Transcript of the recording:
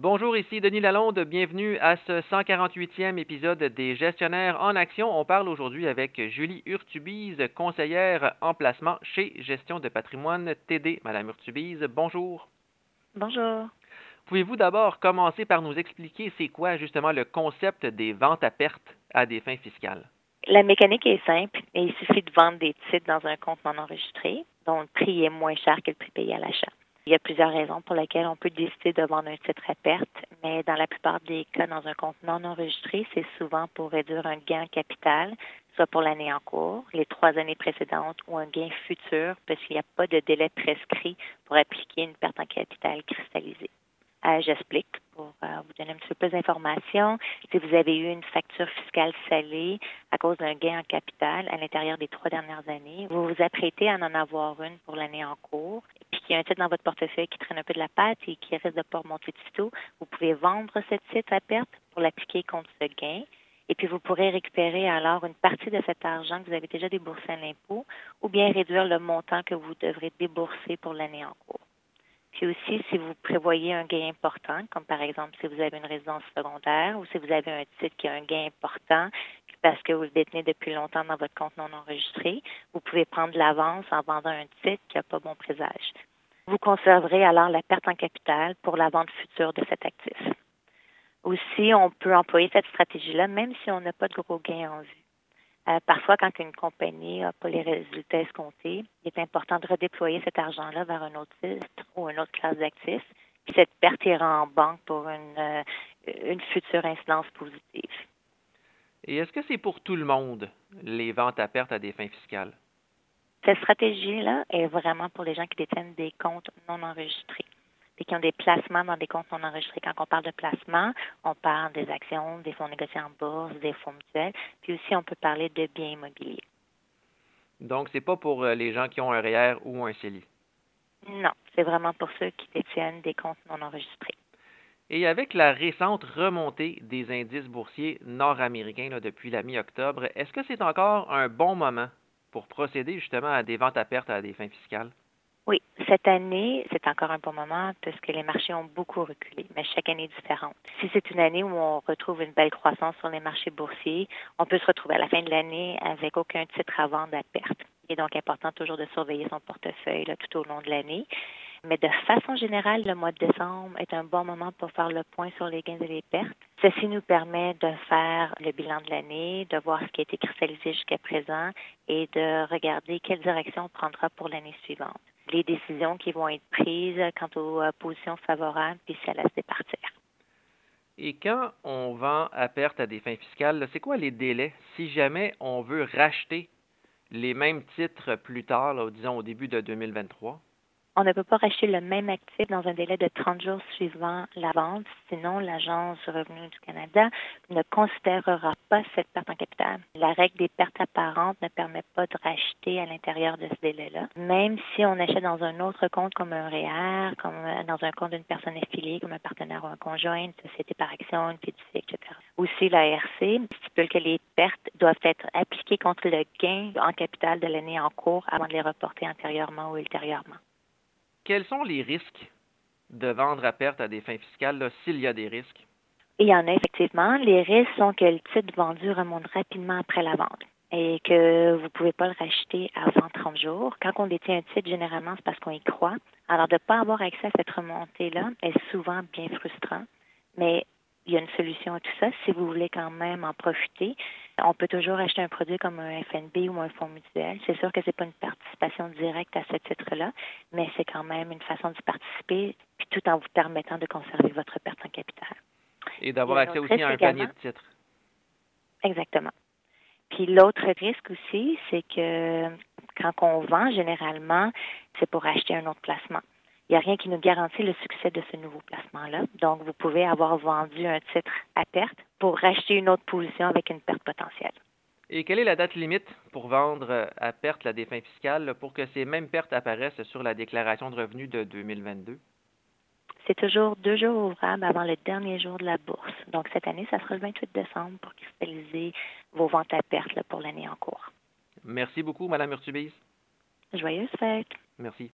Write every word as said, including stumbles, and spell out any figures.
Bonjour, ici Denis Lalonde. Bienvenue à ce cent quarante-huitième épisode des Gestionnaires en action. On parle aujourd'hui avec Julie Urtubise, conseillère en placement chez Gestion de patrimoine T D. Madame Urtubise, bonjour. Bonjour. Pouvez-vous d'abord commencer par nous expliquer c'est quoi justement le concept des ventes à perte à des fins fiscales? La mécanique est simple et il suffit de vendre des titres dans un compte non enregistré dont le prix est moins cher que le prix payé à l'achat. Il y a plusieurs raisons pour lesquelles on peut décider de vendre un titre à perte, mais dans la plupart des cas, dans un compte non enregistré, c'est souvent pour réduire un gain en capital, soit pour l'année en cours, les trois années précédentes ou un gain futur, parce qu'il n'y a pas de délai prescrit pour appliquer une perte en capital cristallisée. Euh, j'explique pour euh, vous donner un petit peu plus d'informations. Si vous avez eu une facture fiscale salée à cause d'un gain en capital à l'intérieur des trois dernières années, vous vous apprêtez à en avoir une pour l'année en cours, puis qu'il y a un titre dans votre portefeuille qui traîne un peu de la patte et qui risque de ne pas remonter de sitôt, vous pouvez vendre ce titre à perte pour l'appliquer contre ce gain. Et puis, vous pourrez récupérer alors une partie de cet argent que vous avez déjà déboursé à l'impôt ou bien réduire le montant que vous devrez débourser pour l'année en cours. Puis aussi, si vous prévoyez un gain important, comme par exemple si vous avez une résidence secondaire ou si vous avez un titre qui a un gain important parce que vous le détenez depuis longtemps dans votre compte non enregistré, vous pouvez prendre de l'avance en vendant un titre qui n'a pas bon présage. Vous conserverez alors la perte en capital pour la vente future de cet actif. Aussi, on peut employer cette stratégie-là même si on n'a pas de gros gains en vue. Euh, parfois, quand une compagnie n'a pas les résultats escomptés, il est important de redéployer cet argent-là vers un autre titre ou une autre classe d'actifs. Puis cette perte ira en banque pour une, euh, une future incidence positive. Et est-ce que c'est pour tout le monde, les ventes à perte à des fins fiscales? Cette stratégie-là est vraiment pour les gens qui détiennent des comptes non enregistrés et qui ont des placements dans des comptes non enregistrés. Quand on parle de placement, on parle des actions, des fonds négociés en bourse, des fonds mutuels, puis aussi on peut parler de biens immobiliers. Donc, c'est pas pour les gens qui ont un R E E R ou un C E L I? Non, c'est vraiment pour ceux qui détiennent des comptes non enregistrés. Et avec la récente remontée des indices boursiers nord-américains là, depuis la mi-octobre, est-ce que c'est encore un bon moment pour procéder justement à des ventes à perte à des fins fiscales? Oui, cette année, c'est encore un bon moment puisque les marchés ont beaucoup reculé, mais chaque année est différente. Si c'est une année où on retrouve une belle croissance sur les marchés boursiers, on peut se retrouver à la fin de l'année avec aucun titre à vendre à perte. Il est donc important toujours de surveiller son portefeuille là, tout au long de l'année. Mais de façon générale, le mois de décembre est un bon moment pour faire le point sur les gains et les pertes. Ceci nous permet de faire le bilan de l'année, de voir ce qui a été cristallisé jusqu'à présent et de regarder quelle direction on prendra pour l'année suivante. Les décisions qui vont être prises quant aux euh, positions favorables, puis si elles laissent départir. Et quand on vend à perte à des fins fiscales, là, c'est quoi les délais si jamais on veut racheter les mêmes titres plus tard, là, disons au début de deux mille vingt-trois? On ne peut pas racheter le même actif dans un délai de trente jours suivant la vente, sinon l'Agence du revenu du Canada ne considérera pas cette perte en capital. La règle des pertes apparentes ne permet pas de racheter à l'intérieur de ce délai-là. Même si on achète dans un autre compte comme un R E E R, comme dans un compte d'une personne affiliée, comme un partenaire ou un conjoint, une société par action, une fiducie, et cetera. Aussi, la R C stipule que les pertes doivent être appliquées contre le gain en capital de l'année en cours avant de les reporter antérieurement ou ultérieurement. Quels sont les risques de vendre à perte à des fins fiscales, là, s'il y a des risques? Il y en a effectivement. Les risques sont que le titre vendu remonte rapidement après la vente et que vous ne pouvez pas le racheter avant trente jours. Quand on détient un titre, généralement, c'est parce qu'on y croit. Alors, de ne pas avoir accès à cette remontée-là est souvent bien frustrant, mais il y a une solution à tout ça. Si vous voulez quand même en profiter, on peut toujours acheter un produit comme un F N B ou un fonds mutuel. C'est sûr que ce n'est pas une participation directe à ce titre-là, mais c'est quand même une façon d'y participer, puis tout en vous permettant de conserver votre perte en capital. Et d'avoir accès aussi à un également. panier de titres. Exactement. Puis l'autre risque aussi, c'est que quand on vend, généralement, c'est pour acheter un autre placement. Il n'y a rien qui nous garantit le succès de ce nouveau placement-là. Donc, vous pouvez avoir vendu un titre à perte pour racheter une autre position avec une perte potentielle. Et quelle est la date limite pour vendre à perte à des fins fiscales pour que ces mêmes pertes apparaissent sur la déclaration de revenus de deux mille vingt-deux? C'est toujours deux jours ouvrables avant le dernier jour de la bourse. Donc, cette année, ça sera le vingt-huit décembre pour cristalliser vos ventes à perte là, pour l'année en cours. Merci beaucoup, Madame Urtubise. Joyeuses fêtes! Merci.